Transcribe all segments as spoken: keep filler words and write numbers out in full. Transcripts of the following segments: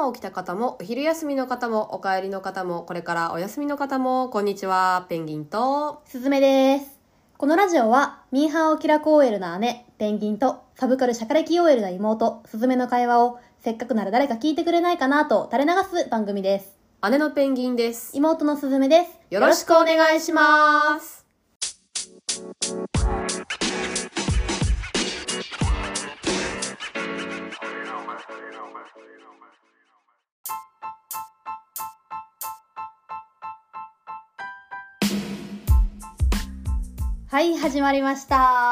朝起きた方も、お昼休みの方も、お帰りの方も、これからお休みの方も、こんにちは。ペンギンとすずめです。このラジオはミーハーを気楽 オーエル な姉ペンギンとサブカルシャカレキ オーエル な妹すずめの会話をせっかくなら誰か聞いてくれないかなと垂れ流す番組です。 姉のペンギンです。 妹のすずめです。 よろしくお願いします。 はい、始まりました。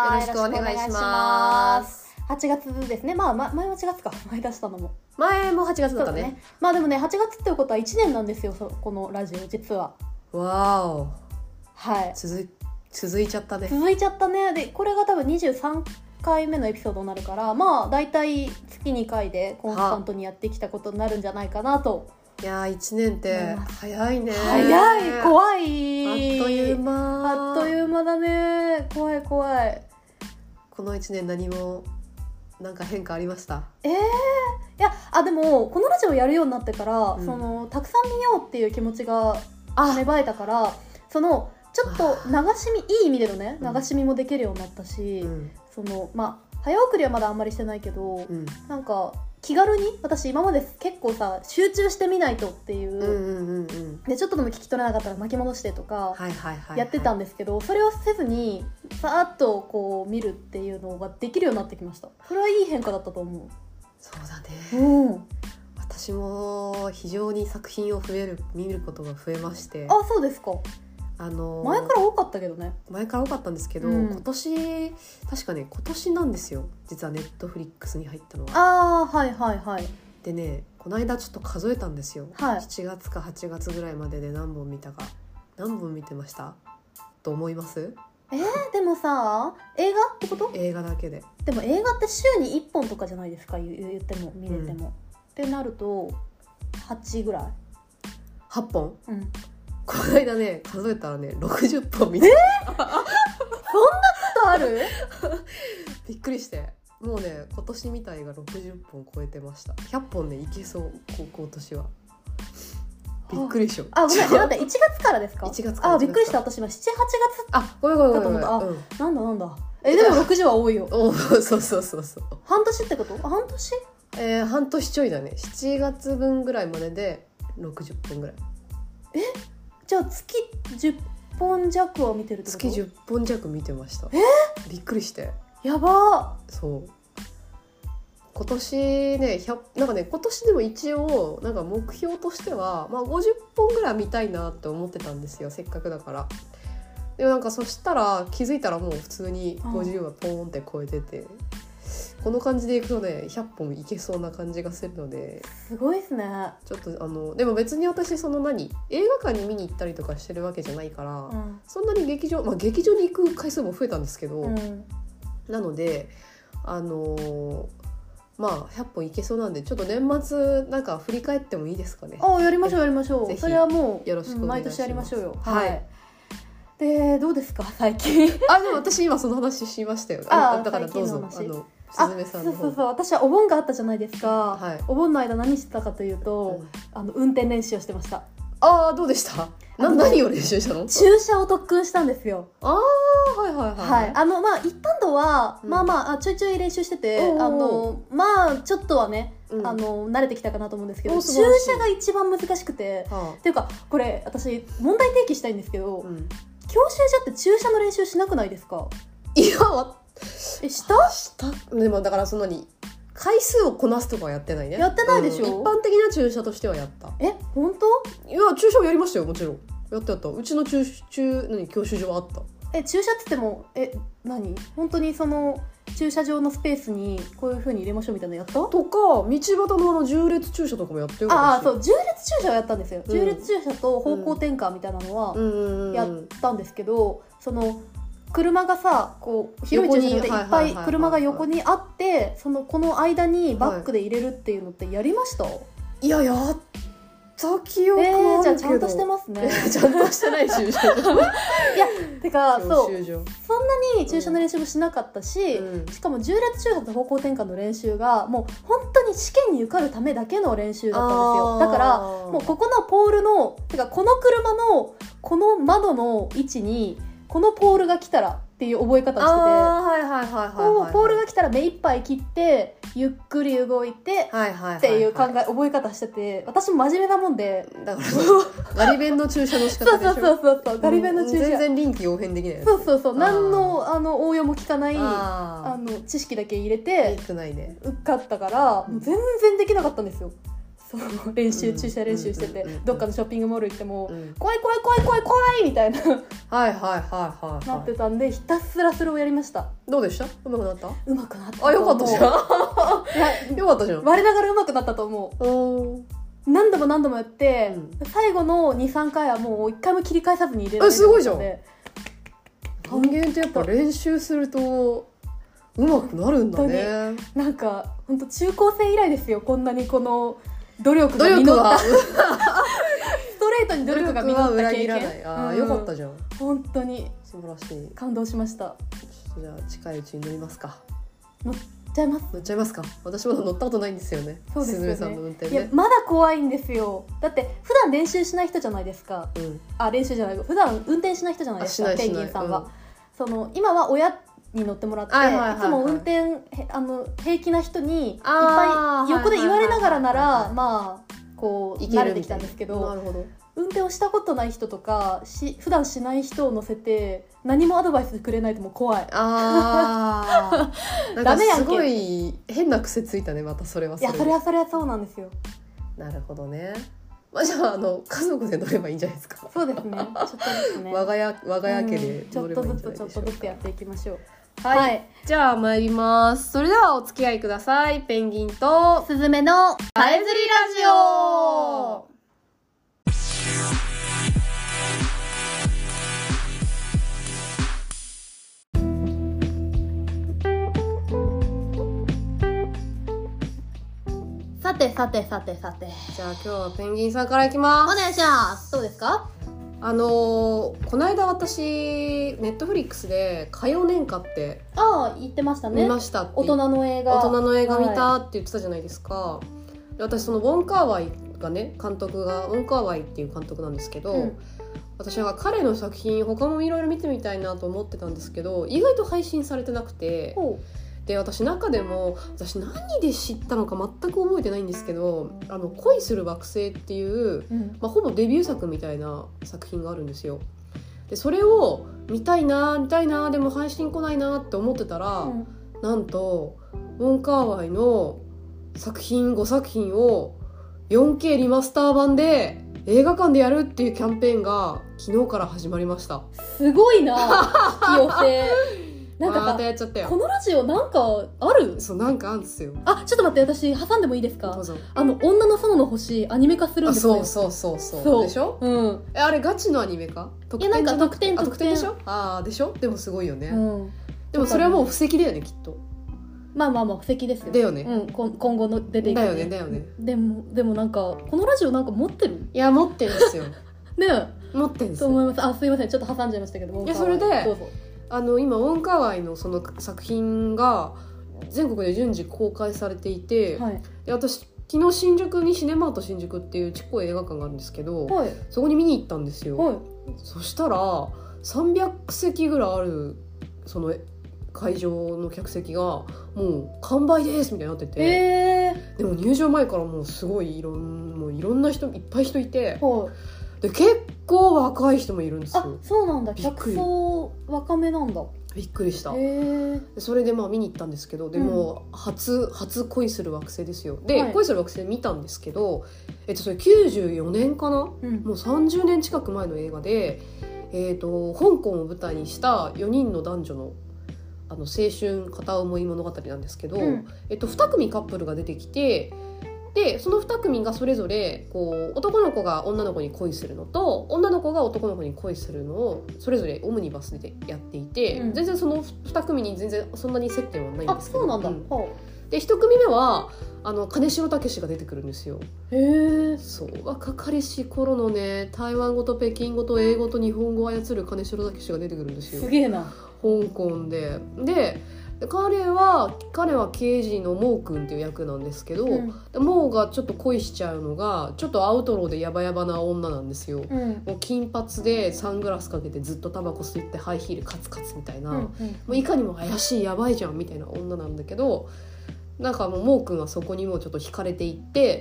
よろしくお願いします。 はちがつですね。まあ、ま、前ははちがつか。前出したのも。 前もはちがつだったね。 ねまあでもね、はちがつっていうことはいちねんなんですよ、このラジオ、実は。 わーお。 はい。 続、続いちゃったね。 続いちゃったね。で、これが多分にじゅうさんかいめのエピソードになるから、まあ、だいたい月にかいでコンスタントにやってきたことになるんじゃないかなと。 いやー、いちねんって早いね。 早い、怖い。 あっという間。 あっという間だね。怖い怖い。 このいちねん何もなんか変化ありました？ えー、いやあでもこのラジオやるようになってから、 うん、 そのたくさん見ようっていう気持ちが芽生えたから、そのちょっと流し見いい意味でのね流し見もできるようになったし、うん、そのまあ早送りはまだあんまりしてないけど、うん、なんか気軽に私今まで結構さ集中してみないとっていう、うんうんうんうん、でちょっとでも聞き取れなかったら巻き戻してとかやってたんですけど、それをせずにさーっとこう見るっていうのができるようになってきました。それはいい変化だったと思う。 そうだね、 うん、 私も非常に作品を増える見ることが増えまして。 あ、そうですか。 あのー、 前から多かったけどね。 前から多かったんですけど、うん、今年確かね今年なんですよ、実はネットフリックスに入ったのは。 あーはいはいはい。でね、この間ちょっと数えたんですよ、 はい、 しちがつかはちがつぐらいまでで何本見たか。何本見てましたと思います？ えー、でもさ映画ってこと？ 映画だけで。 でも映画って週にいっぽんとかじゃないですか、言っても見れても、うん、ってなるとはちぐらい。 はっぽん？ うん。 この間ね数えたらねろくじゅっぽん見て。 えー、そんなことある？ びっくりして、もうね今年みたいがろくじゅっぽん超えてました。ひゃっぽんねいけそう、今年は。びっくりでしょ。 あ、ごめん、待っていちがつからですか？ いちがつから。 あ、びっくりした。私はしち、はちがつ。 あ、ごめんごめんごめん。 あ、うん、なんだなんだ。え、でもろくじゅうは多いよ。 おそうそうそうそう。 半年ってこと？あ、半年？ えー、半年ちょいだね。しちがつぶんぐらいまででろくじゅっぽんぐらい。 え、じゃあ月じゅっぽん弱は見てるってこと？ 月じゅっぽん弱見てました。 えー、 びっくりして。 やばー。そう。今年ね、なんかね今年でも一応なんか目標としては、まあ、ごじゅっぽんぐらい見たいなって思ってたんですよ、せっかくだから。でもなんかそしたら気づいたらもう普通にごじゅうはポーンって超えてて、この感じでいくとねひゃっぽんいけそうな感じがするので。 すごいですね。 ちょっとあのでも別に私その何映画館に見に行ったりとかしてるわけじゃないから、うん、そんなに劇場、まあ、劇場に行く回数も増えたんですけど、うん、なのであのーまあひゃっぽんいけそうなんで、ちょっと年末なんか振り返ってもいいですかね。 ああ、やりましょうやりましょう。ぜひそれはもうよろしくお願いします。 毎年やりましょうよ。 はい、はい、 でどうですか最近？ あ、でも私今その話しましたよ。あだからどうぞ、あのすずめさんの方。 そうそうそう、私はお盆があったじゃないですか、はい、お盆の間何してたかというと、うん、あの運転練習をしてました。 ああ、どうでした？な何を練習したの？ 駐車を特訓したんですよ。 ああ、はいはいはい、 はい、あのまあ一般道は、うん、まあまあちょいちょい練習してて、あのまあちょっとはね、うん、あの慣れてきたかなと思うんですけど、駐車が一番難しくて、はあ、っていうかこれ私問題提起したいんですけど、うん、教習所って駐車の練習しなくないですか？ いや、 え、したしたでもだからそんなに回数をこなすとかはやってないね。 やってないでしょ、うん、 一般的な駐車としてはやった。 え、本当？ いや、駐車はやりましたよ、もちろん。やったやった。うちの駐駐何教習所はあった。 え、駐車って言ってもえ何本当にその駐車場のスペースにこういう風に入れましょうみたいなのやった？ とか道端のあの縦列駐車とかもやってよ。 ああ、そう、縦列駐車はやったんですよ、うん、縦列駐車と方向転換みたいなのはやったんですけど、その車がさこう広い駐車場でいっぱい車が横にあって、そのこの間にバックで入れるっていうのってやりました？はい、 いや、やった記憶あるけど、えー、 じゃあちゃんとしてますね。 ちゃんとしてない駐車場。 いやてかそうそんなに駐車の練習もしなかったし、うん、しかも縦列駐車と方向転換の練習がもう本当にに試験に受かるためだけの練習だったんですよ。だからもうここのポールのてかこの車のこの窓の位置にこのポールが来たらっていう覚え方をしてて、 はいはいはいはいはい、 ポールが来たら目いっぱい切ってゆっくり動いてっていう考え覚え方してて、私も真面目なもんで、 だからガリ弁の注射の仕方でしょ。 そうそうそうそう、ガリ弁の注射、 全然臨機応変できないやつ。 そうそうそう、何のあの応用も効かないあの知識だけ入れて受かったから、もう全然できなかったんですよ。その練習、注射練習してて、どっかのショッピングモール行っても、うん、怖い怖い怖い怖い怖いみたいなはいはいはいはいなってたんで、ひたすらそれをやりました。 どうでした？うまくなった？ うまくなった。 あ、よかったじゃん。いや、よかったじゃん。 我ながらうまくなったと思う。お何度も何度もやって、うん、最後の にさんかいはもういっかいも切り返さずに入れられるので。 すごいじゃん。人間ってやっぱ練習するとうまくなるんだね。 なんか本当中高生以来ですよ、こんなにこの努力が実ったストレートに努力が実った経験。 ああ、よかったじゃん。 本当に素晴らしい。 感動しました。 じゃあ近いうちに乗りますか。 乗っちゃいます。 乗っちゃいますか。私まだ乗ったことないんですよね。 そうですよね。 すずめさんの運転ね。 いやまだ怖いんですよ。だって普段練習しない人じゃないですか。うん、あ練習じゃない。普段運転しない人じゃないですか。ペンギンさんは、うん、その今は親に乗ってもらって、はいはいはいはい、いつも運転あの平気な人にいっぱい横で言われながらならまあこう慣れてきたんですけど、なるほど。運転をしたことない人とかし普段しない人を乗せて何もアドバイスくれないともう怖い。 あーなんかすごい変な癖ついたね、またそれはそれ。 いやそれはそれはそうなんですよ。 なるほどね。まあ、じゃあ、あの家族で乗ればいいんじゃないですか。 そうですね。ちょっとずつね。 我が家我が家家で乗ればいいんじゃないでしょうか。 ちょっとずつちょっとずつやっていきましょう。 はい、はい、じゃあ参ります。それではお付き合いください。ペンギンとスズメのさえずりラジオ。 さてさてさてさて、 じゃあ今日はペンギンさんからいきます。 お願いします。どうですか？ あのー、この間私ネットフリックスで歌謡年歌ってああ言ってましたね。 見ましたって。 大人の映画大人の映画見たって言ってたじゃないですか、はい、で私そのウォン・カーワイがね監督がウォン・カーワイっていう監督なんですけど、うん、私は彼の作品他もいろいろ見てみたいなと思ってたんですけど、意外と配信されてなくて、で私中でも私何で知ったのか全く覚えてないんですけど、あの恋する惑星っていう、うんまあ、ほぼデビュー作みたいな作品があるんですよ。でそれを見たいな見たいなでも配信来ないなって思ってたら、うん、なんとウォン・カーワイの作品ごさく品を よんケー リマスター版で映画館でやるっていうキャンペーンが昨日から始まりました。 すごいな引き寄せなんかまたやっちゃったよ。 このラジオなんかある？ そうなんかあるんですよ。 あちょっと待って私挟んでもいいですか？どうぞ。あの女の園の星アニメ化するんですよ。 そうそうそうそうでしょ。うん。えあれガチのアニメ化？ いやなんか特典特典でしょ。ああでしょ。でもすごいよね。うん。でもそれはもう布石だよねきっと。 まあまあまあ布石ですよ。 だよね。 うん今後の出ていく、 ね。だよねだよね。 でもでもなんかこのラジオなんか持ってる？ いや持ってるんですよ。 ね持ってるんですよ。と思います。あすいませんちょっと挟んじゃいましたけども。 いやそれでどうぞ。あの今ウォン・カーワイのその作品が全国で順次公開されていて、はい、で私昨日新宿にシネマート新宿っていうちっこい映画館があるんですけど、はい、そこに見に行ったんですよ、はい、そしたらさんびゃくせきぐらいあるその会場の客席がもう完売ですみたいになってて、えー、でも入場前からもうすごいいろん、もういろんな人いっぱい人いて、で結構若い人もいるんですよ。 あそうなんだ。客層若めなんだ。 びっくりした。それでまあ見に行ったんですけど、でも初、うん、初恋する惑星ですよ。で、はい、恋する惑星見たんですけど、えっとそれきゅうじゅうよねんかな、うん、もうさんじゅうねん近く前の映画で、えっと香港を舞台にしたよにんの男女のあの青春片思い物語なんですけど、うん、えっとに組カップルが出てきて。でそのに組がそれぞれこう男の子が女の子に恋するのと女の子が男の子に恋するのをそれぞれオムニバスでやっていて、うん、全然そのに組に全然そんなに接点はないんですけど。 あそうなんだ、うん、 でいち組目はあの金城武が出てくるんですよ。へえ。そう若かりし頃のね台湾語と北京語と英語と日本語を操る金城武が出てくるんですよ。 すげえな。 香港ででで彼は彼は刑事のモー君っていう役なんですけど、うん、でモーがちょっと恋しちゃうのがちょっとアウトローでヤバヤバな女なんですよ、うん、もう金髪でサングラスかけてずっとタバコ吸ってハイヒールカツカツみたいな、うんうん、もういかにも怪しいヤバいじゃんみたいな女なんだけど、なんかもうモー君はそこにもうちょっと惹かれていって、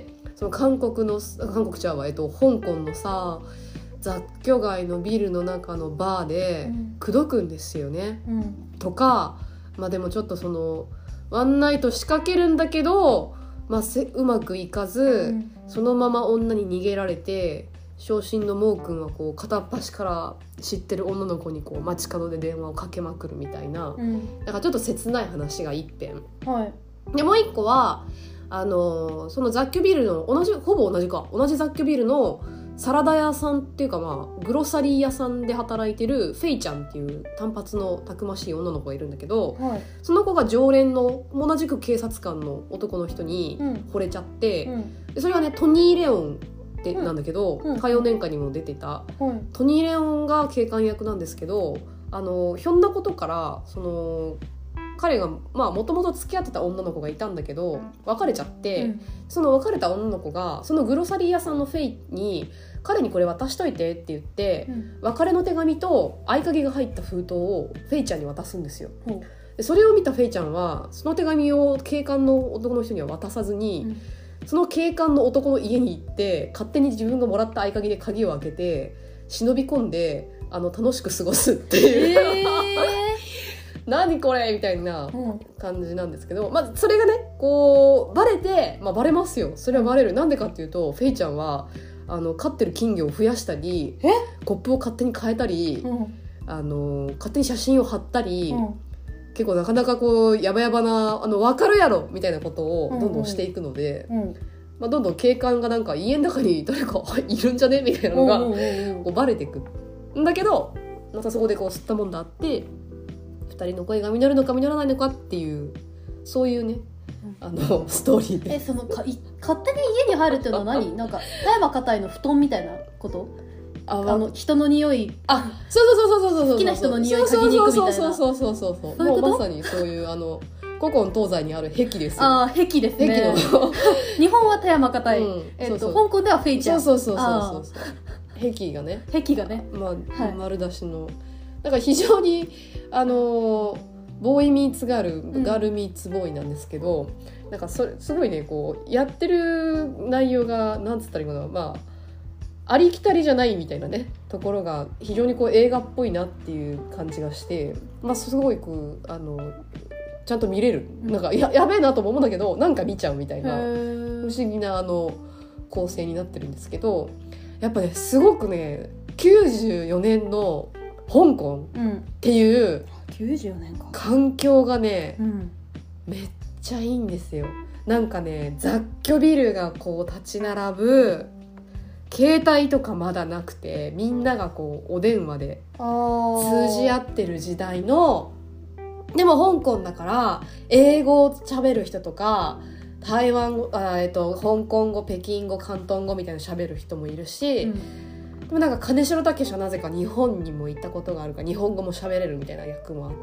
その韓国の韓国ちゃうわ、えっと、香港のさ雑居街のビルの中のバーで口説くんですよね、うん、とか、まあでもちょっとそのワンナイト仕掛けるんだけど、まあ、せうまくいかず、うん、そのまま女に逃げられて、昇進のモー君はこう片っ端から知ってる女の子にこう街角で電話をかけまくるみたいな、うん、だからちょっと切ない話が一編、はい、でもう一個はあのその雑居ビルの同じほぼ同じか同じ雑居ビルのサラダ屋さんっていうか、まあグロサリー屋さんで働いてるフェイちゃんっていう単発のたくましい女の子がいるんだけど、はい、その子が常連の同じく警察官の男の人に惚れちゃって、うん、でそれはねトニー・レオンってなんだけど、うん、歌謡年間にも出てた、うん、トニー・レオンが警官役なんですけど、あのひょんなことからその彼がまあもともと付き合ってた女の子がいたんだけど別れちゃって、うん、その別れた女の子がそのグロサリー屋さんのフェイに彼にこれ渡しといてって言って、うん、別れの手紙と合鍵が入った封筒をフェイちゃんに渡すんですよ、うん、でそれを見たフェイちゃんはその手紙を警官の男の人には渡さずに、うん、その警官の男の家に行って勝手に自分がもらった合鍵で鍵を開けて忍び込んであの楽しく過ごすっていう、えー何これみたいな感じなんですけど、まあ、それがねこうバレて、まあ、バレますよ。それはバレる。なんでかっていうとフェイちゃんはあの飼ってる金魚を増やしたりコップを勝手に変えたり、うん、あの勝手に写真を貼ったり、うん、結構なかなかこうヤバヤバなあの分かるやろみたいなことをどんどんしていくので、うんうんまあ、どんどん警官がなんか家の中に誰かいるんじゃねみたいなのがこうバレていくんだけど、またそこでこう吸ったもんだあってふたりの恋が実るのか実らないのかっていうそういうね、うん、あのストーリーでえそのかい勝手に家に入るっていうのは何なんか田山硬いの布団みたいなことああの人の匂いあそうそうそうそうそうそう好きな人の匂い嗅ぎに行くみたいなそうそうそうそうそうそうもうまさにそういうあの古今東西にある壁ですよ。 あ壁ですね壁の日本は田山硬い、うんえー、とそうそう香港ではフェイちゃんそうそうそうそうそう壁がね壁がねまあ、はい、丸出しのだから非常にあのボーイミーツガール、うん、ガールミーツボーイなんですけど、なんかそれすごいねこうやってる内容がなんつったらいいかな、まあありきたりじゃないみたいなねところが非常にこう映画っぽいなっていう感じがして、まあすごいこうあのちゃんと見れる、なんか や, やべえなとも思うんだけどなんか見ちゃうみたいな不思議なあの構成になってるんですけど、やっぱねすごくねきゅうじゅうよねんの香港っていうきゅうじゅうよねんか環境がね、うん、めっちゃいいんですよ。なんかね雑居ビルがこう立ち並ぶ、携帯とかまだなくてみんながこうお電話で通じ合ってる時代の、でも香港だから英語を喋る人とか台湾語あ、えっと、香港語北京語広東語みたいな喋る人もいるし、うんでもなんか金城武はなぜか日本にも行ったことがあるから日本語も喋れるみたいな役もあって、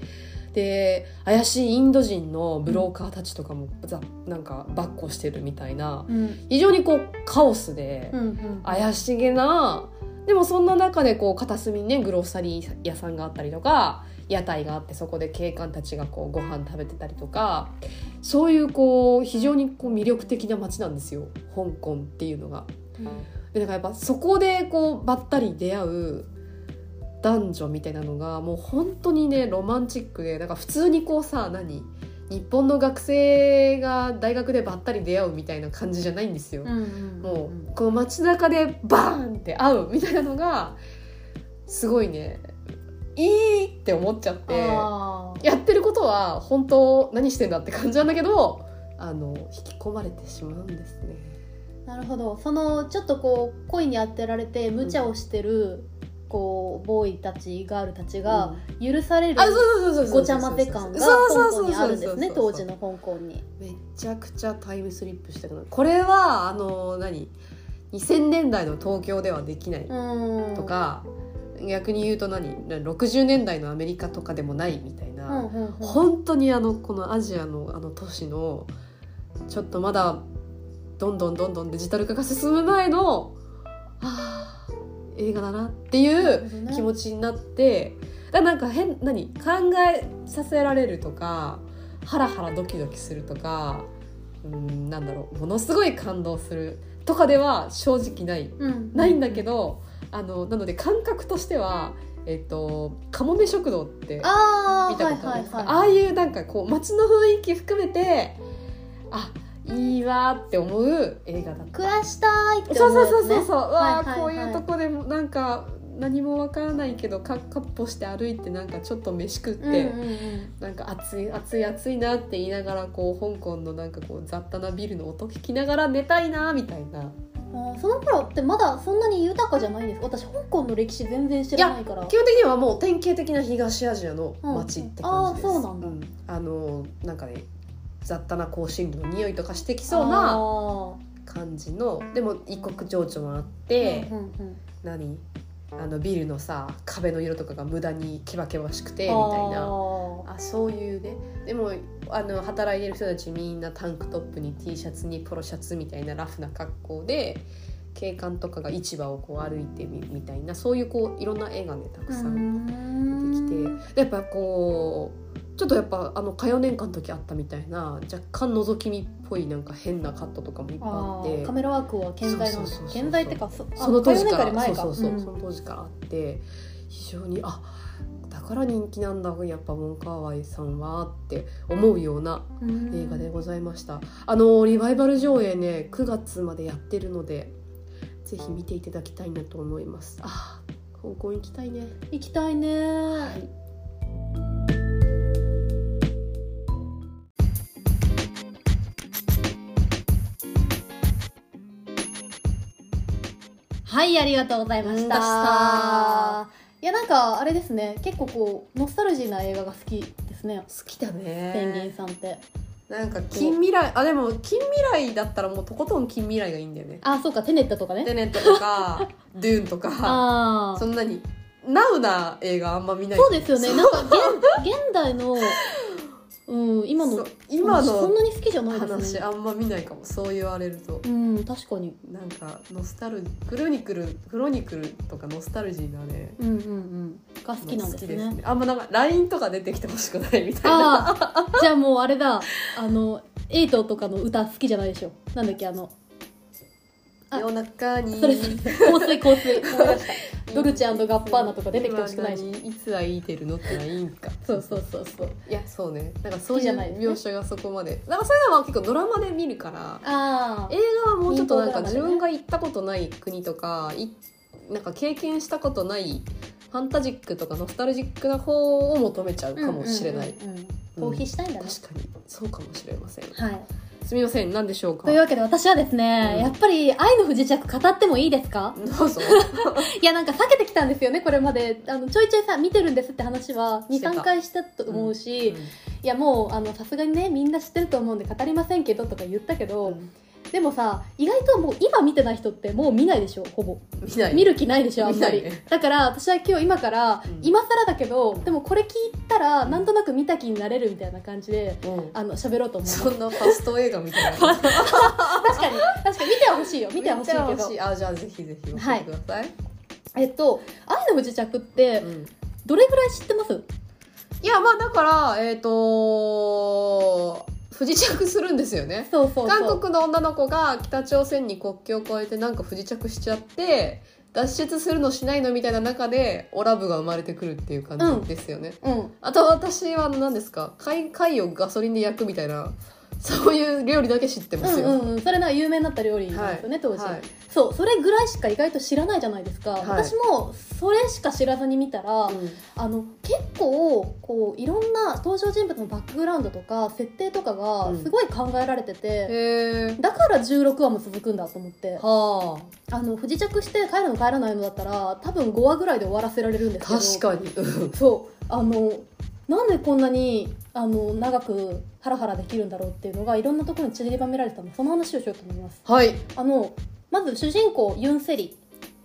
うん、で怪しいインド人のブローカーたちとかもなんかバッコしてるみたいな、うん、非常にこうカオスで怪しげな、でもそんな中でこう片隅にねグロッサリー屋さんがあったりとか屋台があってそこで警官たちがこうご飯食べてたりとか、そういうこう非常にこう魅力的な街なんですよ香港っていうのが。うんでなんかやっぱそこでこうばったり出会う男女みたいなのがもう本当にねロマンチックで、なんか普通にこうさ何日本の学生が大学でばったり出会うみたいな感じじゃないんですよ、うんうんうん、もうこの街中でバーンって会うみたいなのがすごいねいいって思っちゃって、やってることは本当何してんだって感じなんだけどあの引き込まれてしまうんですね。 なるほど。そのちょっとこう恋に当てられて無茶をしてる、うん、こうボーイたちガールたちが許されるごちゃ混ぜ感が香港にあるんですね、当時の香港に。 めちゃくちゃタイムスリップしてる。これはあの何にせんねんだいの東京ではできないとか、 逆に言うと何ろくじゅうねんだいのアメリカとかでもないみたいな、 うんうんうん、 本当にあのこのアジアのあの都市のちょっとまだどんどんどんどんデジタル化が進む前のあ映画だなっていう気持ちになって、だなんか変何考えさせられるとかハラハラドキドキするとか、うんなんだろうものすごい感動するとかでは正直ない、うん、ないんだけど、あのなので感覚としてはえっと、かもめ食堂って見たことあるんですか？あ、はいはいはい、ああいうなんかこう街の雰囲気含めてあいいわって思う映画だった。 暮らしたいって思うやつね。 そうそうそうそう、わあ、はいはいはい、こういうとこでもなんか何もわからないけどかかっ歩して歩いてなんかちょっと飯食って、うんうんうん、なんか暑い暑い暑いなって言いながらこう香港のなんかこう雑多なビルの音聞きながら寝たいなみたいな。 あその頃ってまだそんなに豊かじゃないんですか？私香港の歴史全然知らないから。 基本的にはもう典型的な東アジアの街って感じです、 うん、あそうなんだ、うん、 あのなんかね雑多な香辛料の匂いとかしてきそうな感じの、でも異国情緒もあって、うんうんうん、何あのビルのさ壁の色とかが無駄にケバケバしくてみたいな、あそういうね。でもあの働いてる人たちみんなタンクトップに T シャツにポロシャツみたいなラフな格好で警官とかが市場をこう歩いてみみたいな、そういうこういろんな絵がねたくさん出てきて、やっぱこうちょっとやっぱあの歌謡年間の時あったみたいな若干覗き見っぽいなんか変なカットとかもいっぱいあって、 カメラワークは健在なんです。健在ってか そ, その当時から前かそうそうそう、うん、その当時からあって非常にあだから人気なんだやっぱウォンカーワイさんはって思うような映画でございました。あのリバイバル上映ねくがつまでやってるのでぜひ見ていただきたいなと思います。あ香港行きたいね。 行きたいね、はい。はい、ありがとうございました。いやなんかあれですね、結構こうノスタルジーな映画が好きですね。 好きだねペンギンさんって。 なんか近未来、あでも近未来だったらもうとことん近未来がいいんだよね。 あそうか、テネットとかね。 テネットとかドゥーンとかあそんなにナウな映画あんま見ない。 そうですよね。なんか 現, 現代のうん、今の今のそんなに好きじゃないですね。 話あんま見ないかも。そう言われると、 うん、確かになんかノスタルクロニクルクロニクルとかノスタルジーなね、 うんうんうんが好きなんですね。ですね。 あんまなんか ライン とか出てきてほしくないみたいな。 あじゃあもうあれだ、あのエイトとかの歌好きじゃないでしょ。なんだっけあの夜中にそれそれ香水香水思い出したドルチェ&ガッパーナとか出てきてほしくないし、 いつはいいてるのってのはいいんか。 そうそうそうそう。 いやそうね、なんかそういう描写がそこまで、なんかそういうのは結構ドラマで見るから、あ映画はもうちょっとなんか自分が行ったことない国とかいなんか経験したことないファンタジックとかノスタルジックな方を求めちゃうかもしれない。 逃避したいんだね。 確かにそうかもしれません。 はい。 すみません、何でしょうか。 というわけで私はですね、うん、やっぱり愛の不時着語ってもいいですか？ どうぞ。 いやなんか避けてきたんですよねこれまで。あのちょいちょいさ見てるんですって話は にさんかいしたと思うし、うんうん、いやもうあのさすがにねみんな知ってると思うんで語りませんけどとか言ったけど、うんでもさ意外ともう今見てない人ってもう見ないでしょ。ほぼ見ない、 見る気ないでしょあんまり、ね、だから私は今日今から、うん、今更だけどでもこれ聞いたらなんとなく見た気になれるみたいな感じで、うん、あの喋ろうと思う。 そんなファスト映画みたいな確かに確かに見てほしいよ見てほしいけど。見てほしい。 あじゃあぜひぜひ教えてください、はい、 えっと愛の不時着って、うん、どれぐらい知ってます？ いやまあだからえっ、ー、と不時着するんですよね。 そうそうそう。 韓国の女の子が北朝鮮に国境を越えてなんか不時着しちゃって脱出するのしないのみたいな中でオラブが生まれてくるっていう感じですよね、 うんうん、 あと私は何ですか 貝, 貝をガソリンで焼くみたいなそういう料理だけ知ってますよ、 うんうんうん、それな有名になった料理ですよね、はい、当時、はい、そうそれぐらいしか意外と知らないじゃないですか、はい、私もそれしか知らずに見たら、うん、あの結構こういろんな登場人物のバックグラウンドとか設定とかがすごい考えられてて、うん、だからじゅうろくわも続くんだと思って、はあ、あの不時着して帰るの帰らないのだったら多分ごわぐらいで終わらせられるんですけど、 確かにそうあのなんでこんなにあの長くハラハラできるんだろうっていうのがいろんなところに散りばめられてたのでその話をしようと思います。 はい。 あのまず主人公ユンセリ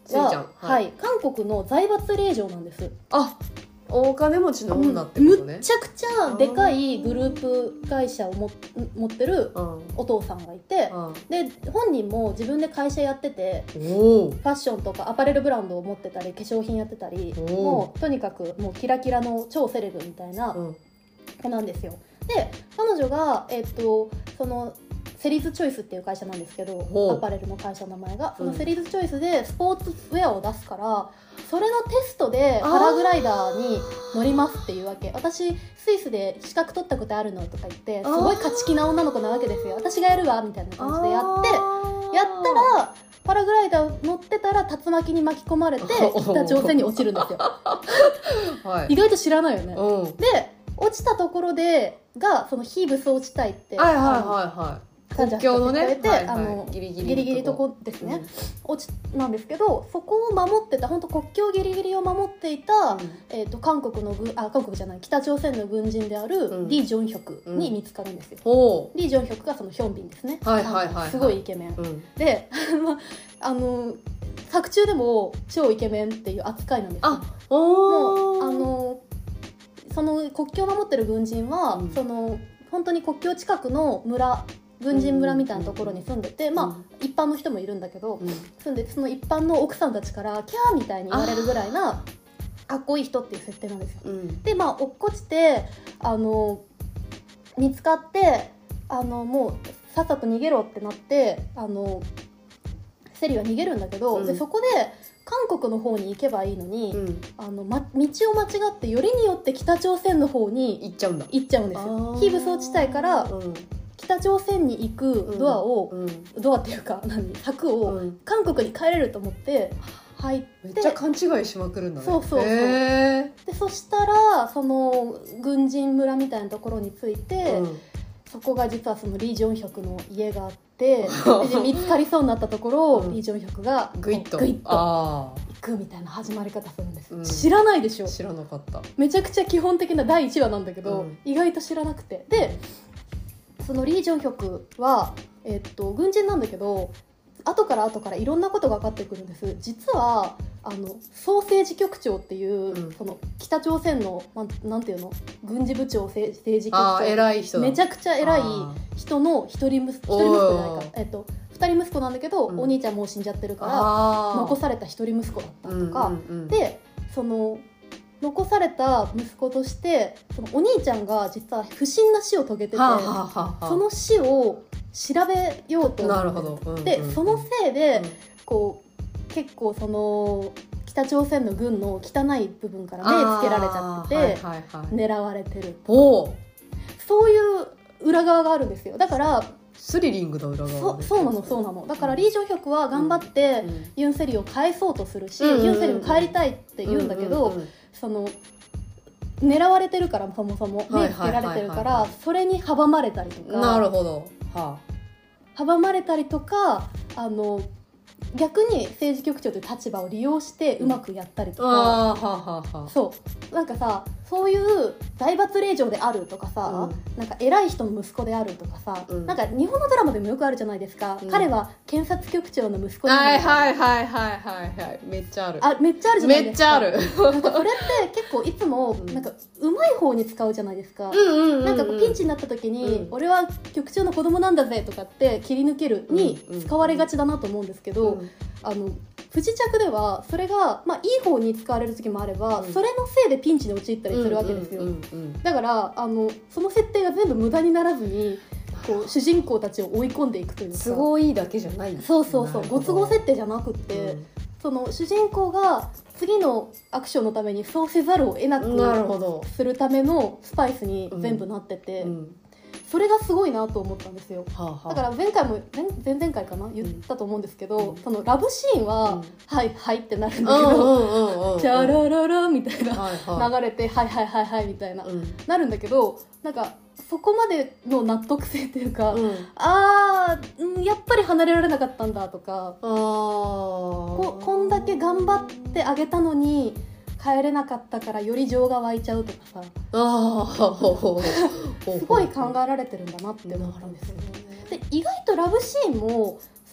は、 ちゃん、 はいはい、韓国の財閥令嬢なんです。 あ、大金持ちの女ってことね、 うん、むっちゃくちゃでかいグループ会社をも持ってるお父さんがいて、で本人も自分で会社やってて、ファッションとかアパレルブランドを持ってたり化粧品やってたり、もうとにかくもうキラキラの超セレブみたいな子なんですよ。で彼女が、えー、とそのセリーズチョイスっていう会社なんですけど、アパレルの会社の名前が、そのセリーズチョイスでスポーツウェアを出すから、それのテストでパラグライダーに乗りますっていうわけ。私スイスで資格取ったことあるのとか言って、すごい勝ち気な女の子なわけですよ。私がやるわみたいな感じでやってやったら、パラグライダー乗ってたら竜巻に巻き込まれて北朝鮮に落ちるんですよ、はい、意外と知らないよね。で落ちたところでがその非武装地帯って、 はいはいはいはい、国境のね、 あのギリギリのとこですね、うん、落ちなんですけど、そこを守ってた、本当国境ギリギリを守っていた、うん、えー、と韓国の軍あ韓国じゃない北朝鮮の軍人である、うん、リ・ジョンヒョクに見つかるんですよ、うん、リ・ジョンヒョクがそのヒョンビンですね、はいはいはいはい、すごいイケメン、うん、であの作中でも超イケメンっていう扱いなんですよ。あおもうあのその国境を守ってる軍人は、うん、その本当に国境近くの村、軍人村みたいなところに住んでて、うん、まあ一般の人もいるんだけど、うん、住んでその一般の奥さんたちからキャーみたいに言われるぐらいなかっこいい人っていう設定なんですよ、うん、でまあ落っこちてあの見つかって、あのもうさっさと逃げろってなって、あのセリは逃げるんだけど、うん、でそこで韓国の方に行けばいいのに、うん、あのま、道を間違ってよりによって北朝鮮の方に行っちゃうんだ行っちゃうんですよ。非武装地帯から、うん、北朝鮮に行くドアを、うん、ドアっていうか何柵を、うん、韓国に帰れると思って入って、 めっちゃ勘違いしまくるんだね。 そうそうそう。でそしたらその軍人村みたいなところに着いて、うん、そこが実はそのリ・ジョンヒョクの家があってで見つかりそうになったところを、うん、リ・ジョンヒョクがグイッとグイッと行くみたいな始まり方するんです、うん、知らないでしょ。 知らなかった。 めちゃくちゃ基本的なだいいちわなんだけど、うん、意外と知らなくて、でそのリ・ジョンヒョクは、えっと、軍人なんだけど後から後からいろんなことが分かってくるんです。実はあの総政治局長っていう、うん、その北朝鮮のなん、なんていうの軍事部長政治局長、 偉い人めちゃくちゃ偉い人の一人息子、一人息子じゃないか、えっと、二人息子なんだけど、うん、お兄ちゃんもう死んじゃってるから残された一人息子だったとか、うんうんうん、でその残された息子としてそのお兄ちゃんが実は不審な死を遂げてて、はあはあはあ、その死を調べようと思って、なるほど、うんうん、でそのせいで、うん、こう結構その北朝鮮の軍の汚い部分から目つけられちゃってて、はいはいはい、狙われてる、おそういう裏側があるんですよ。だからスリリングな裏側、ね、 そ, そうなのそうなのだからリ・ジョンヒョクは頑張ってユン・セリを返そうとするし、うんうん、ユン・セリも帰りたいって言うんだけど、うんうんうん、その狙われてるからそもそも目つけられてるから、それに阻まれたりとか、 なるほど、はあ、阻まれたりとか、あの逆に政治局長という立場を利用してうまくやったりとか、うん、あーはーはーはーそうなんかさ、そういう財閥令嬢であるとかさ、うん、なんか偉い人の息子であるとかさ、うん、なんか日本のドラマでもよくあるじゃないですか、うん、彼は検察局長の息子で、 はいはいはいはいはいはい、めっちゃあるあめっちゃあるじゃないですか。 めっちゃあるなんかそれって結構いつもなんかうまい方に使うじゃないですか、うんうんうんうん、なんかピンチになった時に、うん、俺は局長の子供なんだぜとかって切り抜けるに使われがちだなと思うんですけど、うんうんうん、あの不時着ではそれが、まあ、いい方に使われる時もあれば、うん、それのせいでピンチに陥ったりするわけですよ、うんうんうんうん、だからあのその設定が全部無駄にならずにこう主人公たちを追い込んでいくというか、 都合いいだけじゃない、 そうそうそう、ご都合設定じゃなくって、うん、その主人公が次のアクションのためにそうせざるを得なくするためのスパイスに全部なってて、うんうんそれがすごいなと思ったんですよ、はあはあ、だから前回も前々回かな言ったと思うんですけど、うん、そのラブシーンは、うん、はいはいってなるんだけどチャラララみたいな、はいはい、流れてはいはいはいはいみたいな、うん、なるんだけどなんかそこまでの納得性というか、うん、あーやっぱり離れられなかったんだとか、あここんだけ頑張ってあげたのに帰れなかったからより情が湧いちゃうとかさ、あすごい考えられてるんだなって思ったんですよ。で意外とラブシーンも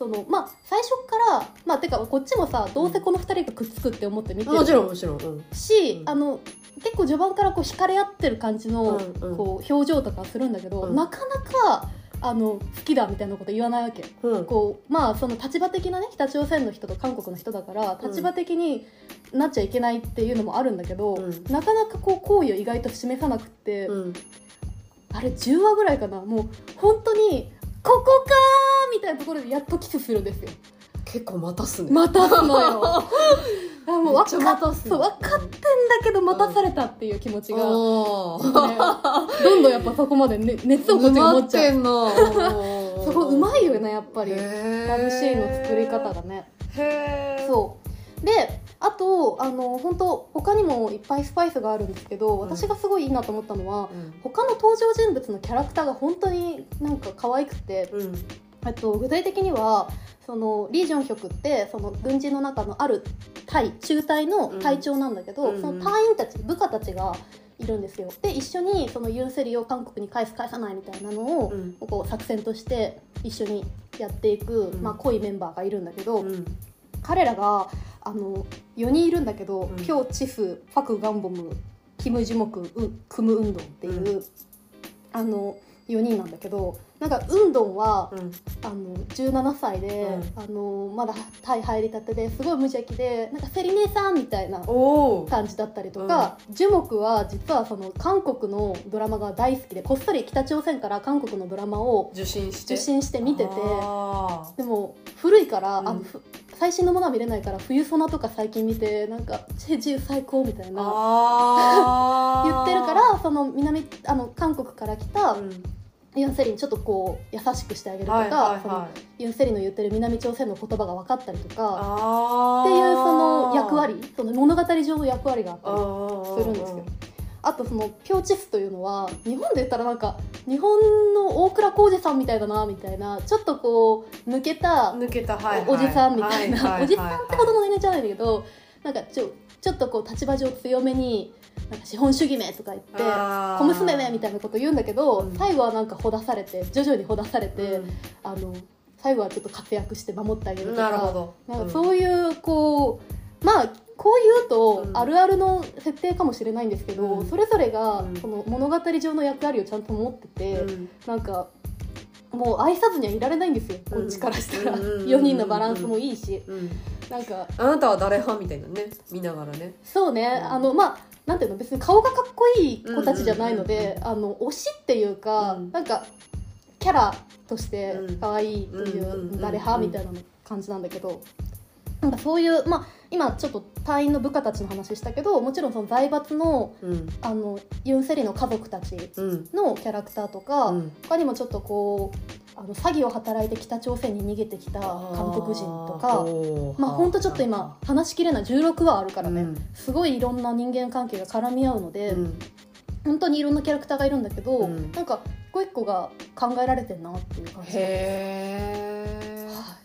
そのまあ最初からまあてかこっちもさどうせこのふたりがくっつくって思って見てるもちろんもちろん、うん、 し、 うん、 あの結構序盤からこう惹かれ合ってる感じの、 うんうん、 こう表情とかするんだけど、うん、なかなかあの好きだみたいなこと言わないわけ、うん、こうまあその立場的なね北朝鮮の人と韓国の人だから立場的になっちゃいけないっていうのもあるんだけど、うん、なかなかこう好意を意外と示さなくって、うん、あれじゅうわぐらいかな、もう本当にここかーみたいなところでやっとキスするんですよ。 結構待たすね。 待たすのよあもう分かっ、 待たす、 そう分かってんだけど待たされたっていう気持ちが、うんね、どんどんやっぱそこまで、ね、熱をこっちが持っちゃう。そこうまいよねやっぱりラブシーンの作り方がね。へそうであとあの本当他にもいっぱいスパイスがあるんですけど、私がすごいいいなと思ったのは、うん、他の登場人物のキャラクターが本当になんか可愛くて、うん、あと具体的にはそのリー・ジョンヒョクってその軍人の中のある隊中隊の隊長なんだけど、うん、その隊員たち部下たちがいるんですよ。で一緒にそのユン・セリを韓国に返す返さないみたいなのを、うん、こう作戦として一緒にやっていく、うんまあ、濃いメンバーがいるんだけど、うん、彼らがあのよにんいるんだけど、うん、ピョ・チフ、パク・ガンボム、キム・ジモク、クム・ウンドンっていう、うん、あのよにんなんだけど、なんかウンドンは、うん、あのじゅうななさいで、うん、あのまだタイ入りたてですごい無邪気でなんかセリ姉さんみたいな感じだったりとか、うん、ジュモクは実はその韓国のドラマが大好きでこっそり北朝鮮から韓国のドラマを受信して受信して見てて、でも古いから、うん、あの最新のものは見れないから冬ソナとか最近見てなんかチェジュ最高みたいな言ってるから、その南あの韓国から来た、うんユン・セリにちょっとこう優しくしてあげるとか、はいはいはい、そのユン・セリの言ってる南朝鮮の言葉が分かったりとかっていうその役割、その物語上の役割があったりするんですよ。あとそのピョ・チスというのは日本で言ったらなんか日本の大倉浩二さんみたいだなみたいなちょっとこう抜けたおじさんみたいな、おじさんってほどの年齢じゃないんだけど、なんかちょ、ちょっとこう立場上強めになんか資本主義めとか言って小娘めみたいなこと言うんだけど、うん、最後はなんかほだされて徐々にほだされて、うん、あの最後はちょっと活躍して守ってあげるとか、なるほど、なんかそういうこうまあこう言うとあるあるの設定かもしれないんですけど、うん、それぞれがその物語上の役割をちゃんと持ってて、うん、なんかもう愛さずにはいられないんですよ、こっちからしたら、うん、よにんのバランスもいいし、うん、なんかあなたは誰派みたいなね見ながらね、 そうね、うん、あのまあなんていうの別に顔がかっこいい子たちじゃないので、あの推しっていうか、うん、なんかキャラとして可愛いという誰派みたいな感じなんだけど、なんかそういうまあ今ちょっと隊員の部下たちの話したけど、もちろんその財閥の、うん、あのユン・セリの家族たちのキャラクターとか、うん、他にもちょっとこうあの詐欺を働いて北朝鮮に逃げてきた韓国人とか、まあほんとちょっと今話しきれないじゅうろくわあるからね、うん、すごいいろんな人間関係が絡み合うので、うん、本当にいろんなキャラクターがいるんだけど、うん、なんか一個一個が考えられてるなっていう感じへー、はい、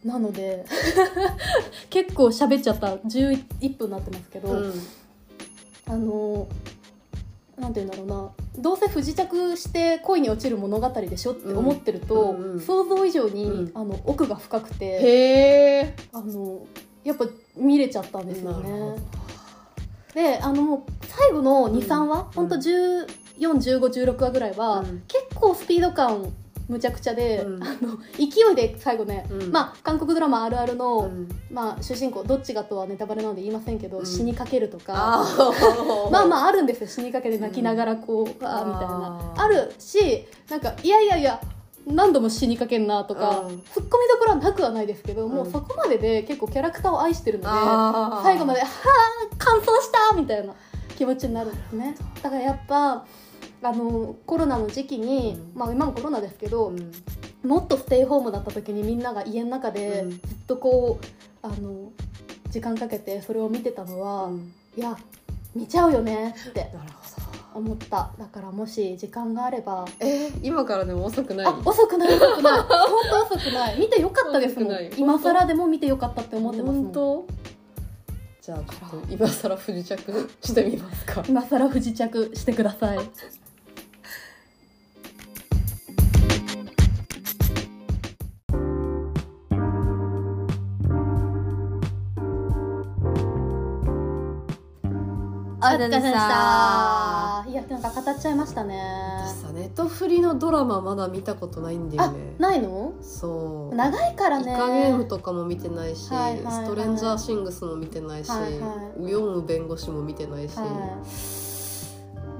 なので結構喋っちゃったじゅういっぷんになってますけど、うん、あのなんていうんだろうな、どうせ不時着して恋に落ちる物語でしょって思ってると、うんうん、想像以上に、うん、あの奥が深くて、へー、あのやっぱ見れちゃったんですよね。であのもう最後の にさんわ、うん、ほんとじゅうよん、じゅうご、じゅうろくわぐらいは、うん、結構スピード感むちゃくちゃで、うん、あの勢いで最後ね、うん、まあ韓国ドラマあるあるの、うん、まあ、主人公どっちがとはネタバレなので言いませんけど、うん、死にかけるとかまあまああるんですよ、死にかけて泣きながらこう、うん、あみたいなあるし、なんかいやいやいや何度も死にかけんなとか、うん、ツッコミどころはなくはないですけど、うん、もうそこまでで結構キャラクターを愛してるので、最後まではぁ完走したみたいな気持ちになるんですね。だからやっぱあのコロナの時期に、うん、まあ今もコロナですけど、うん、もっとステイホームだった時にみんなが家の中でずっとこう、うん、あの時間かけてそれを見てたのは、うん、いや見ちゃうよねって思った。だからもし時間があれば、 えー、今からでも遅くない？ あ、遅くない遅くない本当遅くない、見てよかったですもん。今更でも見てよかったって思ってますもん。本当？ じゃあちょっと今更不時着してみますか今更不時着してくださいお疲れ様でしたいやなんか語っちゃいましたね。 私さネットフリのドラマまだ見たことないんだよね。 あないの？ そう長いからね。 イカゲームとかも見てないし、 はいはいはい、 ストレンジャーシングスも見てないし、はいはい、ウヨンウ弁護士も見てないし、はい、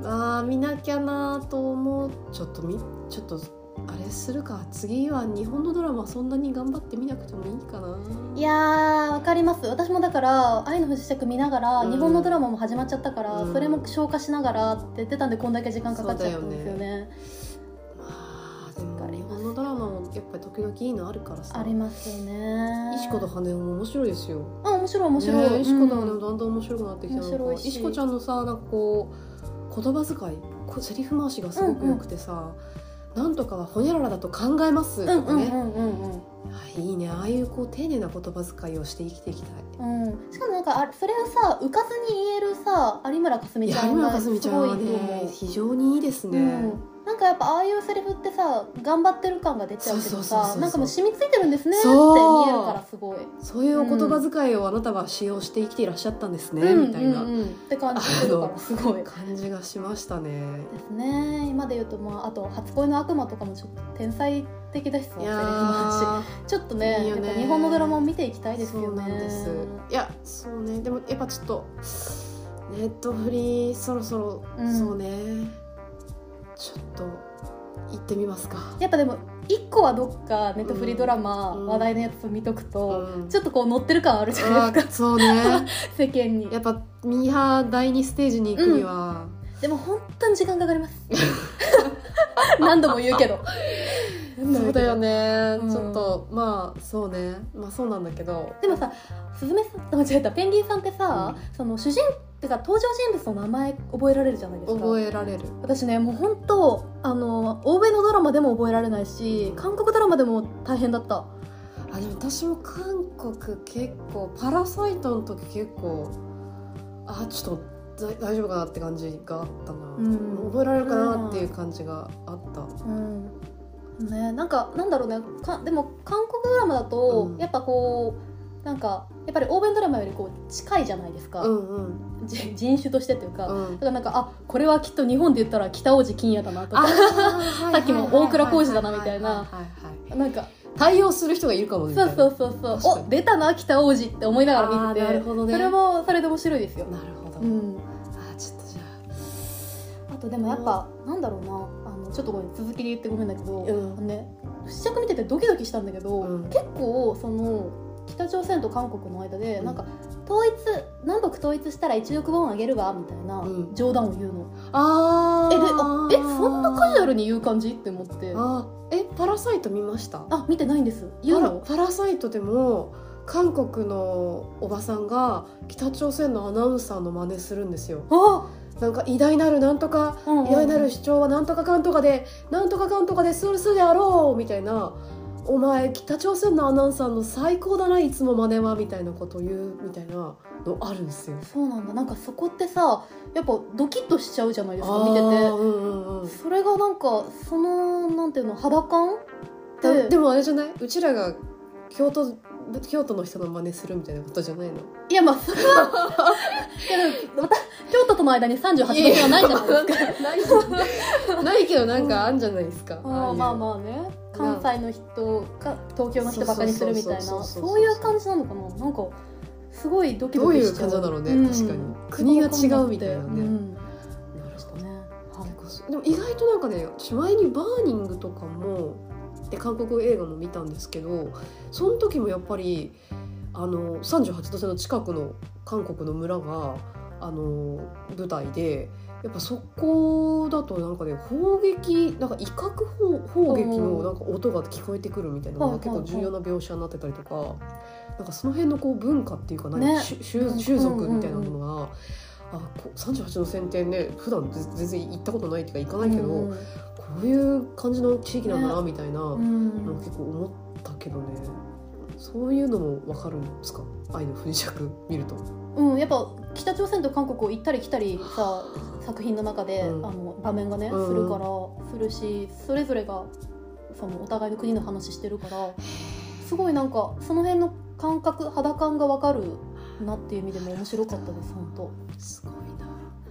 あー見なきゃなと思う。ちょっとみちょっとあれするか、次は日本のドラマそんなに頑張って見なくてもいいかな。 いやーわかります。私もだから愛の不時着見ながら、うん、日本のドラマも始まっちゃったから、うん、それも消化しながらって言ってたんでこんだけ時間かかっちゃったんですよね。 まあでも日本のドラマもやっぱり時々いいのあるからさ。ありますよね。 石子と羽男も面白いですよ。 あ面白い面白い、ね、 石子と羽男だんだん面白くなってきて、 うん、 石子ちゃんのさなんかこう言葉遣いこセリフ回しがすごく良くてさ、うんうんなんとかはほにゃららだと考えますとかね、うんうんうんうん、いいね。ああいうこう丁寧な言葉遣いをして生きていきたい、 うん、しかもなんかあそれをさ浮かずに言えるさ有村架純ちゃんがすごい、 ね、非常にいいですね、うん、 なんかやっぱああいうセリフってさ頑張ってる感が出ちゃうけどさなんかもう染みついてるんですねって見えるからすごいそういうお言葉遣いをあなたは使用して生きていらっしゃったんですね、うん、みたいな、 うんうん、って感じするからすごい感じがしましたね。 ですね。今で言うと、まあ、あと初恋の悪魔とかもちょっと天才的だしさセリフ回しちょっとね、いいよね、やっぱ日本のドラマを見ていきたいですよね。 そうなんです。いやそうねでもやっぱちょっとネットフリそろそろ、うん、そうねちょっと行ってみますか。 やっぱでもいっこはどっかネットフリドラマ、うん、話題のやつ見とくと、うん、ちょっとこう乗ってる感あるじゃないですか。 そうね世間にやっぱミーハーだいにステージに行くには、 うん、でも本当に時間かかります何度も言うけどそうだよね、うん、ちょっとまあそうねまあそうなんだけどでもさすずめさん間違えたペンギンさんってさ、うん、その主人ってか登場人物の名前覚えられるじゃないですか。 覚えられる。 私ねもう本当あの欧米のドラマでも覚えられないし韓国ドラマでも大変だった。 あでも私も韓国結構パラサイトの時結構あちょっと大丈夫かなって感じがあったな、うん、覚えられるかなっていう感じがあった、 うんうんね、なんかなんだろうねかでも韓国ドラマだと、うん、やっぱこうなんかやっぱり欧米ドラマよりこう近いじゃないですか、うんうん、人種としてというか、うん、だからなんかあこれはきっと日本で言ったら北大路欣也だなとかさっきも大倉浩二だなみたいななんか対応する人がいるかもみたいな。 そうそうそうそうお出たな北大路って思いながら見ててなるほど、ね、 それもそれで面白いですよ。 なるほど、 うん、 あちょっとじゃああとでもやっぱなんだろうなあのちょっとごめん続きで言ってごめんだけど、うんね、試着見ててドキドキしたんだけど、うん、結構その北朝鮮と韓国の間で、うん、なんか統一南北統一したらいちおくウォンあげるわみたいな冗談を言うの、うん、 あえであえそんなカジュアルに言う感じって思って。 あえパラサイト見ました？ あ見てないんです。言うの？ パラサイトでも韓国のおばさんが北朝鮮のアナウンサーの真似するんですよ。 あなんか偉大なるなんとか、うんうんうん、偉大なる主張はなんとかかんとかでなんとかかんとかでするすであろうみたいな、お前北朝鮮のアナウンサーの最高だないつも真似はみたいなことを言うみたいなのあるんですよ。 そうなんだ。なんかそこってさやっぱドキッとしちゃうじゃないですか見てて、うんうんうん、それがなんかそのなんていうの肌感ってでもあれじゃないうちらが京都京都の人の真似するみたいなことじゃないの？ いやまあそれはまた京都との間にさんじゅうはちどはないじゃないですかないないけどなんかあんじゃないですか、 うん、ああまあまあね関西の人か東京の人ばかりするみたいなそういう感じなのかな。なんかすごいドキドキしちゃう。 どういう感じだろうね、うん、確かに国が違うみたいなね、うん、なるほどね、はい、でも意外となんかね前にバーニングとかもで韓国映画も見たんですけどその時もやっぱりあのさんじゅうはちど線の近くの韓国の村があの舞台でやっぱそこだとなんかね砲撃なんか威嚇砲砲撃のなんか音が聞こえてくるみたいなのが結構重要な描写になってたりとか、なんかその辺のこう文化っていうか何、ね、習俗みたいなものが、うんうんうん、あさんじゅうはちど線ってね普段全然行ったことないっていうか行かないけど、うん、こういう感じの地域なんだなみたいなのを結構思ったけどね、そういうのも分かるんですか愛の不時着見ると。うん、 やっぱ北朝鮮と韓国を行ったり来たりさ作品の中で、うん、あの場面がね、うん、するからするしそれぞれがそのお互いの国の話してるからすごいなんかその辺の感覚肌感が分かるなっていう意味でも面白かったです本当。 すごいな。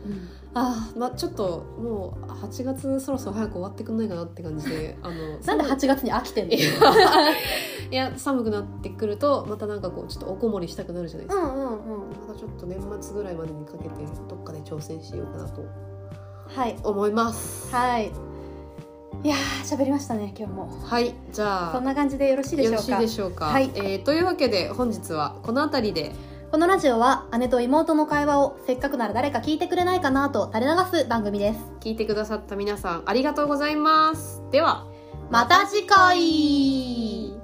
うんあー、まあ、ちょっともうはちがつそろそろ早く終わってくんないかなって感じであのなんではちがつに飽きてんの？ いや寒くなってくるとまたなんかこうちょっとおこもりしたくなるじゃないですか、 うんうんうん、 またちょっと年末ぐらいまでにかけてどっかで挑戦しようかなとはい思います。 はい。いやー喋りましたね今日も。 はい、じゃあそんな感じでよろしいでしょうか。 よろしいでしょうか。 はい、 えー、というわけで本日はこのあたりで。 このラジオは姉と妹の会話をせっかくなら誰か聞いてくれないかなと垂れ流す番組です。 聞いてくださった皆さんありがとうございます。ではまた次回。